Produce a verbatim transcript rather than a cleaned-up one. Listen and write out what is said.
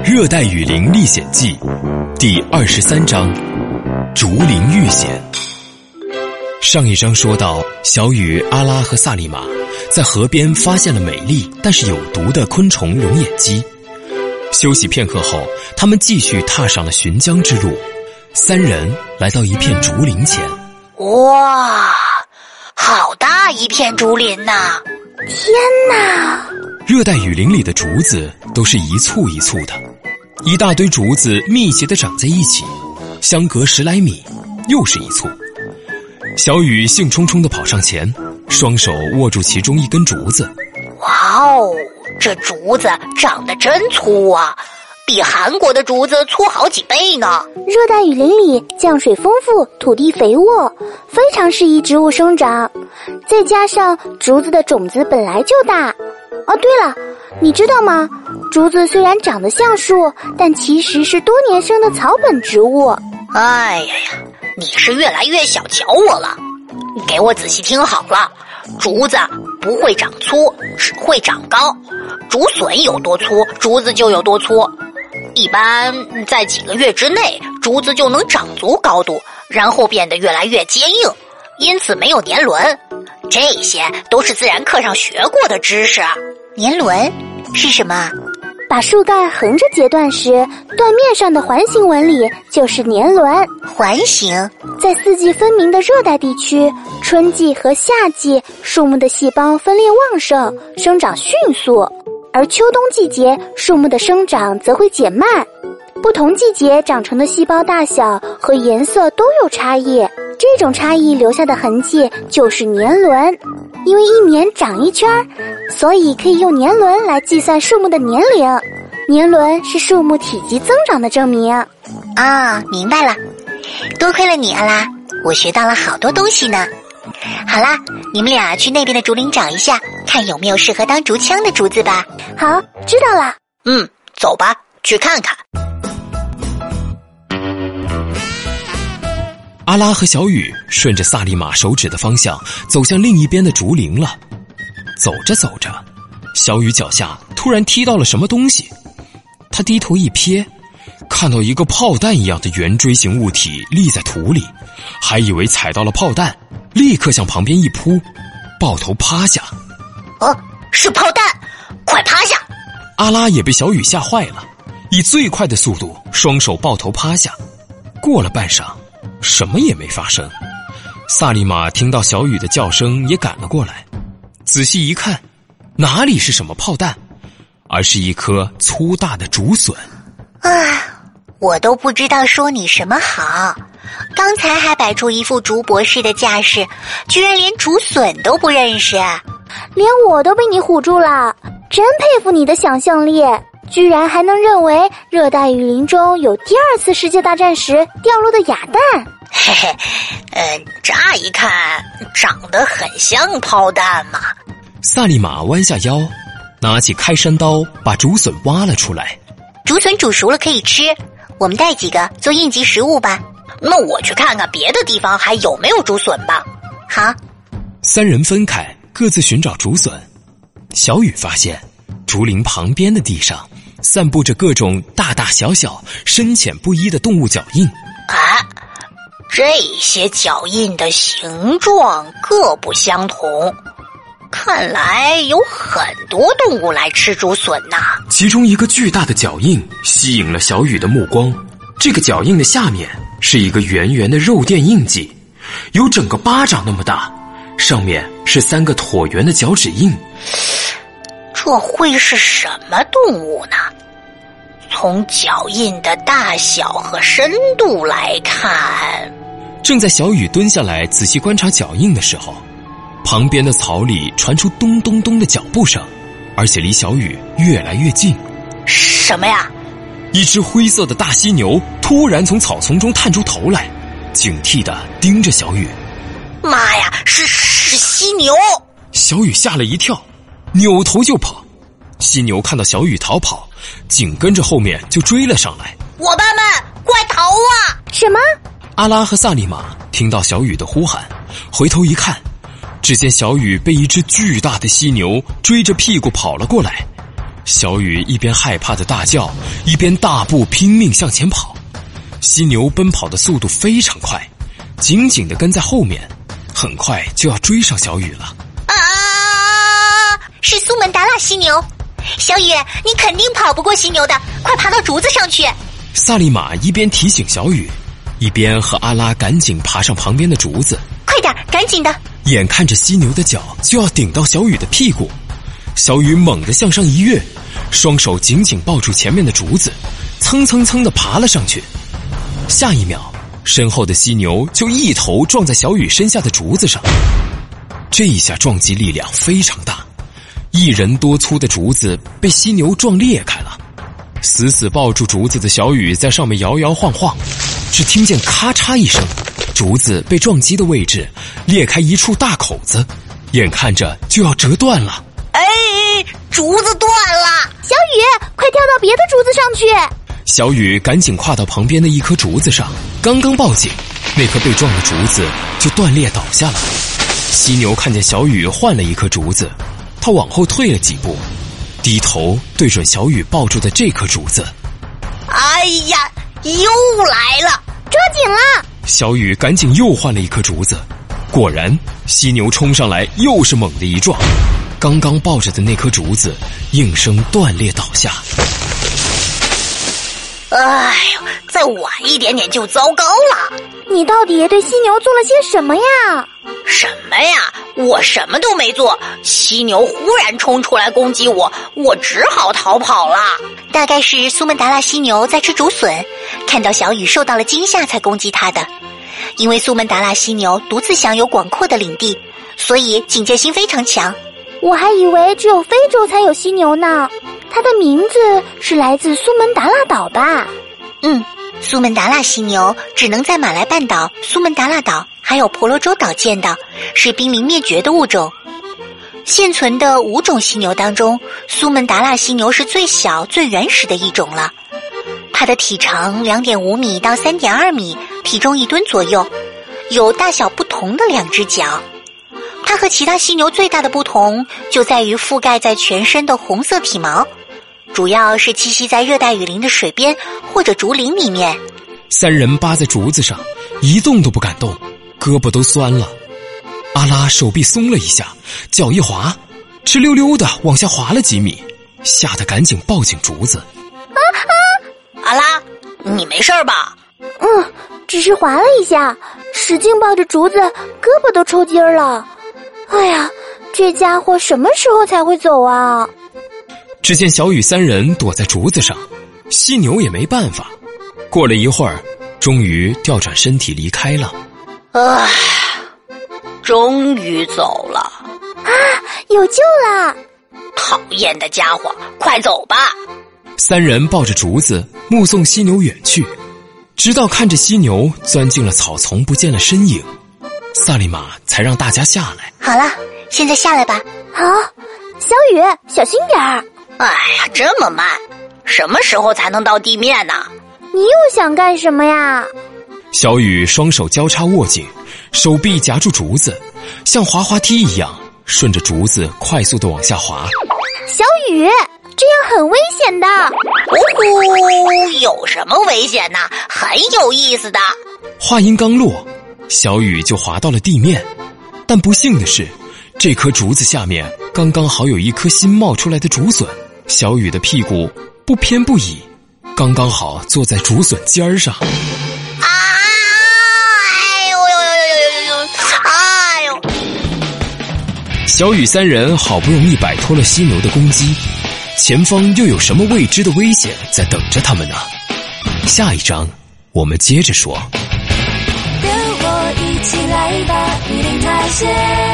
《热带雨林历险记》第二十三章竹林遇险。上一章说到，小雨、阿拉和萨利玛在河边发现了美丽但是有毒的昆虫龙眼鸡。休息片刻后，他们继续踏上了寻江之路。三人来到一片竹林前。 哇，好大一片竹林呐！ 天哪！ 热带雨林里的竹子都是一簇一簇的，一大堆竹子密集地长在一起，相隔十来米，又是一簇。小雨兴冲冲地跑上前，双手握住其中一根竹子。 哇哦，这竹子长得真粗啊，比韩国的竹子粗好几倍呢。 热带雨林里降水丰富，土地肥沃，非常适宜植物生长。再加上竹子的种子本来就大。哦，对了，你知道吗？竹子虽然长得像树，但其实是多年生的草本植物。 哎呀呀，你是越来越小瞧我了。你给我仔细听好了，竹子不会长粗，只会长高。竹笋有多粗，竹子就有多粗。一般在几个月之内，竹子就能长足高度，然后变得越来越坚硬，因此没有年轮。这些都是自然课上学过的知识。年轮是什么？ 把树干横着截断时，断面上的环形纹理就是年轮。 环形？ 在四季分明的热带地区，春季和夏季树木的细胞分裂旺盛，生长迅速，而秋冬季节树木的生长则会减慢。不同季节长成的细胞大小和颜色都有差异，这种差异留下的痕迹就是年轮。因为一年长一圈，所以可以用年轮来计算树木的年龄。年轮是树木体积增长的证明。 啊，明白了。多亏了你，阿拉，我学到了好多东西呢。好啦，你们俩去那边的竹林找一下，看有没有适合当竹枪的竹子吧。 好，知道了。 嗯，走吧，去看看。 阿拉和小雨顺着萨利玛手指的方向走向另一边的竹林了。走着走着，小雨脚下突然踢到了什么东西，他低头一瞥，看到一个炮弹一样的圆锥形物体立在土里，还以为踩到了炮弹，立刻向旁边一扑，抱头趴下。 哦，是炮弹，快趴下！ 阿拉也被小雨吓坏了，以最快的速度双手抱头趴下。过了半晌，什么也没发生。萨利玛听到小雨的叫声也赶了过来，仔细一看，哪里是什么炮弹，而是一颗粗大的竹笋。 啊，我都不知道说你什么好，刚才还摆出一副竹博士的架势，居然连竹笋都不认识。 连我都被你唬住了，真佩服你的想象力，居然还能认为热带雨林中有第二次世界大战时掉落的哑弹。 嘿嘿，呃，乍一看长得很像炮弹嘛。 萨利玛弯下腰，拿起开山刀把竹笋挖了出来。 竹笋煮熟了可以吃，我们带几个做应急食物吧。那我去看看别的地方还有没有竹笋吧。好。 三人分开，各自寻找竹笋。小雨发现竹林旁边的地上散布着各种大大小小、深浅不一的动物脚印。 啊，这些脚印的形状各不相同，看来有很多动物来吃竹笋呐。 其中一个巨大的脚印吸引了小雨的目光，这个脚印的下面是一个圆圆的肉垫印记，有整个巴掌那么大，上面是三个椭圆的脚趾印。 这会是什么动物呢？从脚印的大小和深度来看， 正在小雨蹲下来仔细观察脚印的时候，旁边的草里传出咚咚咚的脚步声，而且离小雨越来越近。 什么呀？ 一只灰色的大犀牛突然从草丛中探出头来，警惕地盯着小雨。 妈呀，是是犀牛！ 小雨吓了一跳，扭头就跑。犀牛看到小雨逃跑，紧跟着后面就追了上来。 伙伴们，快逃啊！ 什么？ 阿拉和萨利玛听到小雨的呼喊，回头一看，只见小雨被一只巨大的犀牛追着屁股跑了过来。 小雨一边害怕的大叫，一边大步拼命向前跑。犀牛奔跑的速度非常快，紧紧地跟在后面，很快就要追上小雨了。 啊！是苏门答腊犀牛！小雨，你肯定跑不过犀牛的，快爬到竹子上去！ 萨利玛一边提醒小雨，一边和阿拉赶紧爬上旁边的竹子。 快点，赶紧的！ 眼看着犀牛的脚就要顶到小雨的屁股，小雨猛地向上一跃，双手紧紧抱住前面的竹子，蹭蹭蹭地爬了上去。下一秒，身后的犀牛就一头撞在小雨身下的竹子上。这一下撞击力量非常大，一人多粗的竹子被犀牛撞裂开了。死死抱住竹子的小雨在上面摇摇晃晃，只听见咔嚓一声，竹子被撞击的位置裂开一处大口子，眼看着就要折断了。 哎，竹子断了！ 小雨，快跳到别的竹子上去！ 小雨赶紧跨到旁边的一棵竹子上，刚刚抱紧，那棵被撞的竹子就断裂倒下了。犀牛看见小雨换了一棵竹子，他往后退了几步，低头对准小雨抱住的这棵竹子。 哎呀，又来了！ 抓紧了！ 小雨赶紧又换了一棵竹子，果然犀牛冲上来又是猛地一撞，刚刚抱着的那棵竹子应声断裂倒下。 哎呦，再晚一点点就糟糕了！ 你到底对犀牛做了些什么呀？ 什么呀？我什么都没做，犀牛忽然冲出来攻击我，我只好逃跑了。大概是苏门答腊犀牛在吃竹笋，看到小雨受到了惊吓才攻击它的。因为苏门答腊犀牛独自享有广阔的领地，所以警戒心非常强。 我还以为只有非洲才有犀牛呢。它的名字是来自苏门答腊岛吧？ 嗯，苏门答腊犀牛只能在马来半岛、苏门答腊岛还有婆罗洲岛见到，是濒临灭绝的物种。现存的五种犀牛当中，苏门答腊犀牛是最小最原始的一种了。它的体长 两点五米到 三点二米，体重一吨左右，有大小不同的两只脚。它和其他犀牛最大的不同就在于覆盖在全身的红色体毛，主要是栖息在热带雨林的水边或者竹林里面。 三人扒在竹子上，一动都不敢动，胳膊都酸了。阿拉手臂松了一下，脚一滑，哧溜溜的往下滑了几米，吓得赶紧抱紧竹子。 啊啊！ 阿拉，你没事吧？ 嗯，只是滑了一下，使劲抱着竹子，胳膊都抽筋儿了。哎呀，这家伙什么时候才会走啊？ 只见小雨三人躲在竹子上，犀牛也没办法。过了一会儿，终于调转身体离开了。 唉，终于走了。 啊，有救了！ 讨厌的家伙，快走吧！ 三人抱着竹子，目送犀牛远去，直到看着犀牛钻进了草丛，不见了身影，萨利玛才让大家下来。 好了，现在下来吧。 好，小雨，小心点儿。 哎呀，这么慢，什么时候才能到地面呢？ 你又想干什么呀？ 小雨双手交叉握紧，手臂夹住竹子，像滑滑梯一样顺着竹子快速地往下滑。 小雨，这样很危险的。 哦，有什么危险呢？很有意思的。 话音刚落，小雨就滑到了地面，但不幸的是，这棵竹子下面刚刚好有一颗新冒出来的竹笋，小雨的屁股不偏不倚，刚刚好坐在竹笋尖上。 啊！哎呦呦呦呦呦呦！哎呦！ 小雨三人好不容易摆脱了犀牛的攻击，前方又有什么未知的危险在等着他们呢？下一章我们接着说。 跟我一起来吧，雨林探险。